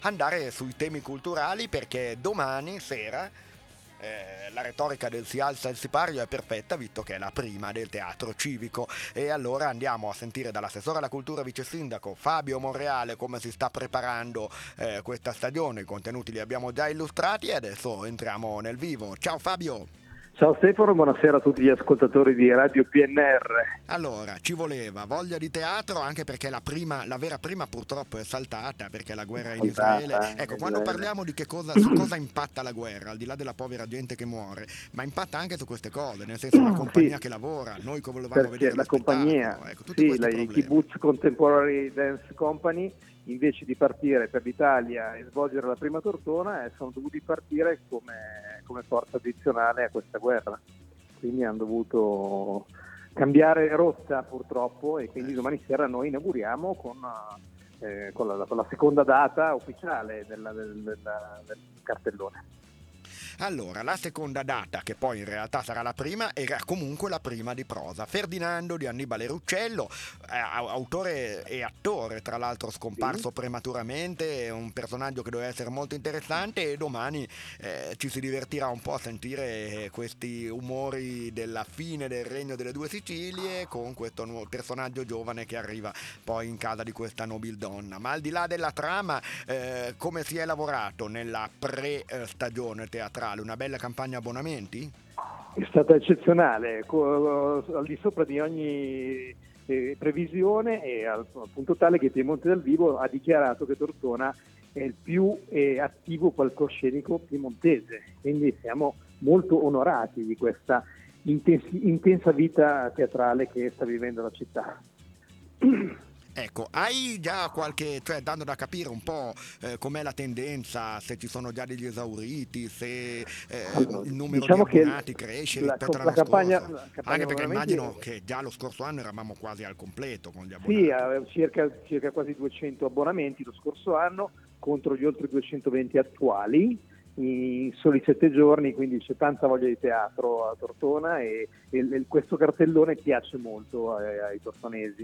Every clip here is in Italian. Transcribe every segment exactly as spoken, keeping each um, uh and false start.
andare sui temi culturali, perché domani sera eh, la retorica del si alza il sipario è perfetta, visto che è la prima del teatro civico. E allora andiamo a sentire dall'assessore alla cultura vice sindaco Fabio Monreale come si sta preparando eh, questa stagione. I contenuti li abbiamo già illustrati e adesso entriamo nel vivo. Ciao Fabio! Ciao Stefano, buonasera a tutti gli ascoltatori di Radio P N R. Allora, ci voleva voglia di teatro, anche perché la prima, la vera prima purtroppo è saltata, perché la guerra in Israele. Saltata, Ecco, eh, quando Israele. parliamo di che cosa, su cosa impatta la guerra, al di là della povera gente che muore, ma impatta anche su queste cose, nel senso la compagnia Sì, che lavora, noi che volevamo perché vedere lo la compagnia, spettacolo, ecco, tutti sì, questi la, i problemi. Kibbutz Contemporary Dance Company, invece di partire per l'Italia e svolgere la prima tortona, eh, sono dovuti partire come, come forza addizionale a questa guerra. Quindi hanno dovuto cambiare rotta purtroppo e quindi Eh. domani sera noi inauguriamo con, eh, con, la, con la seconda data ufficiale della, del, della, del cartellone. Allora, la seconda data, che poi in realtà sarà la prima, era comunque la prima di prosa. Ferdinando di Annibale Ruccello, eh, autore e attore, tra l'altro Sì. scomparso prematuramente, è un personaggio che doveva essere molto interessante, e domani eh, ci si divertirà un po' a sentire questi umori della fine del Regno delle Due Sicilie con questo nuovo personaggio giovane che arriva poi in casa di questa nobildonna. Ma al di là della trama, eh, come si è lavorato nella pre-stagione teatrale? Una bella campagna abbonamenti? È stata eccezionale, co- al di sopra di ogni eh, previsione, e al, al punto tale che Piemonte dal Vivo ha dichiarato che Tortona è il più eh, attivo palcoscenico piemontese, quindi siamo molto onorati di questa intensi- intensa vita teatrale che sta vivendo la città. Ecco, hai già qualche, cioè dando da capire un po' eh, com'è la tendenza, se ci sono già degli esauriti, se eh, Allora, il numero di diciamo che abbonati cresce la, rispetto la all'anno campagna, scorso? la campagna Anche perché abbonamenti. immagino che già lo scorso anno eravamo quasi al completo con gli Sì, abbonati. eh, circa, circa quasi duecento abbonamenti lo scorso anno contro gli oltre duecentoventi attuali in soli sette giorni, quindi c'è tanta voglia di teatro a Tortona e, e- e questo cartellone piace molto ai, ai tortonesi.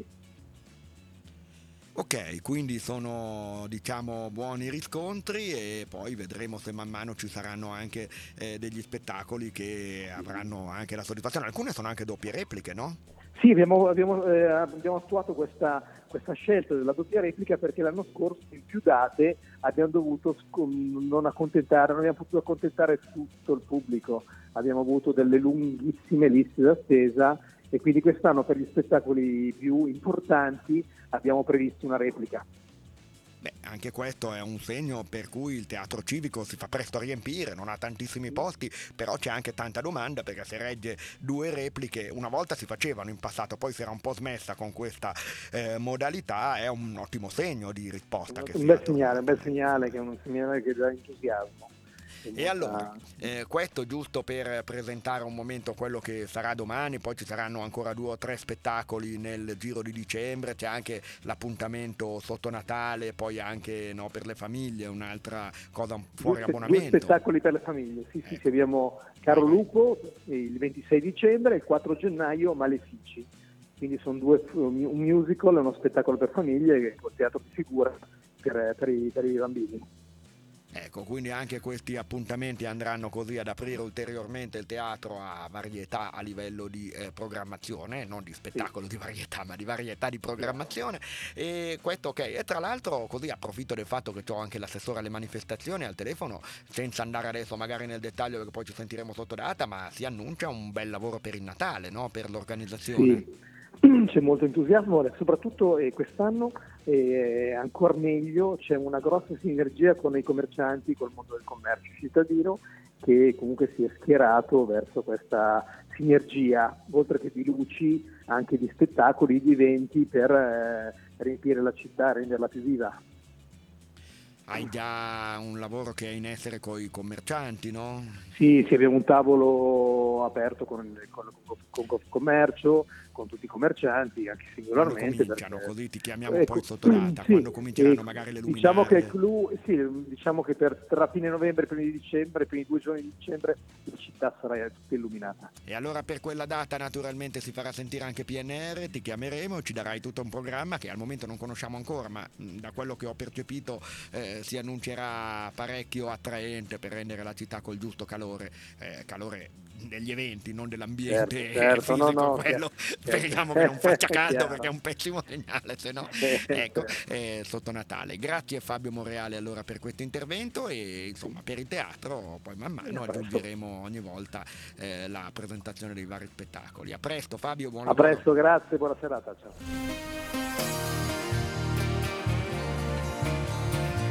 Ok, quindi sono diciamo buoni riscontri, e poi vedremo se man mano ci saranno anche eh, degli spettacoli che avranno anche la soddisfazione. Alcune sono anche doppie repliche, no? Sì, abbiamo, abbiamo, eh, abbiamo attuato questa, questa scelta della doppia replica perché l'anno scorso in più date abbiamo dovuto sc- non accontentare, non abbiamo potuto accontentare tutto il pubblico, abbiamo avuto delle lunghissime liste d'attesa e quindi quest'anno per gli spettacoli più importanti abbiamo previsto una replica. Beh, anche questo è un segno per cui il teatro civico si fa presto a riempire, non ha tantissimi posti, però c'è anche tanta domanda, perché se regge due repliche, una volta si facevano in passato, poi si era un po' smessa con questa eh, modalità, è un ottimo segno di risposta che Un bel sia segnale, un tornato. bel segnale che è un segnale che dà entusiasmo. E E allora, molta... eh, questo giusto per presentare un momento quello che sarà domani, poi ci saranno ancora due o tre spettacoli nel giro di dicembre, c'è anche l'appuntamento sotto Natale, poi anche no, per le famiglie, un'altra cosa Due, fuori spe- due abbonamento. spettacoli per le famiglie, sì sì, sì Ecco, abbiamo vai Caro vai. Lupo il ventisei dicembre e il quattro gennaio Malefici, quindi sono due, un musical e uno spettacolo per famiglie con teatro di figura per, per, i, per i bambini. Ecco, quindi anche questi appuntamenti andranno così ad aprire ulteriormente il teatro a varietà a livello di eh, programmazione, non di Sì, spettacolo di varietà, ma di varietà di programmazione. E questo ok. E tra l'altro, così approfitto del fatto che ho anche l'assessore alle manifestazioni al telefono, senza andare adesso magari nel dettaglio perché poi ci sentiremo sotto data, ma si annuncia un bel lavoro per il Natale, no? Per l'organizzazione. sì, c'è molto entusiasmo e soprattutto eh, quest'anno eh, ancora meglio c'è una grossa sinergia con i commercianti, col mondo del commercio cittadino che comunque si è schierato verso questa sinergia, oltre che di luci, anche di spettacoli, di eventi per eh, riempire la città, renderla più viva. Hai già un lavoro che è in essere con i commercianti, no? Sì, sì, abbiamo un tavolo aperto con, con, con, con commercio, con tutti i commercianti, anche singolarmente. Quando cominciano, perché, così ti chiamiamo ecco, poi sotto data, sì, quando cominceranno eh, magari le diciamo che, luminarie. clou, sì, diciamo che per, tra fine novembre e primi di dicembre, i primi due giorni di dicembre, la città sarà tutta illuminata. E allora per quella data naturalmente si farà sentire anche P N R, ti chiameremo, ci darai tutto un programma che al momento non conosciamo ancora, ma mh, da quello che ho percepito eh, si annuncerà parecchio attraente per rendere la città col giusto calore, eh, calore degli eventi, non dell'ambiente Certo, certo, no, fisico, no, quello certo. speriamo che non faccia caldo Chiaro. perché è un pessimo segnale, se no, ecco, Certo. eh, sotto Natale. Grazie Fabio Monreale allora per questo intervento e insomma per il teatro poi man mano A presto. aggiungeremo ogni volta eh, la presentazione dei vari spettacoli. A presto Fabio, buon A lavoro. presto, grazie, buona serata, ciao.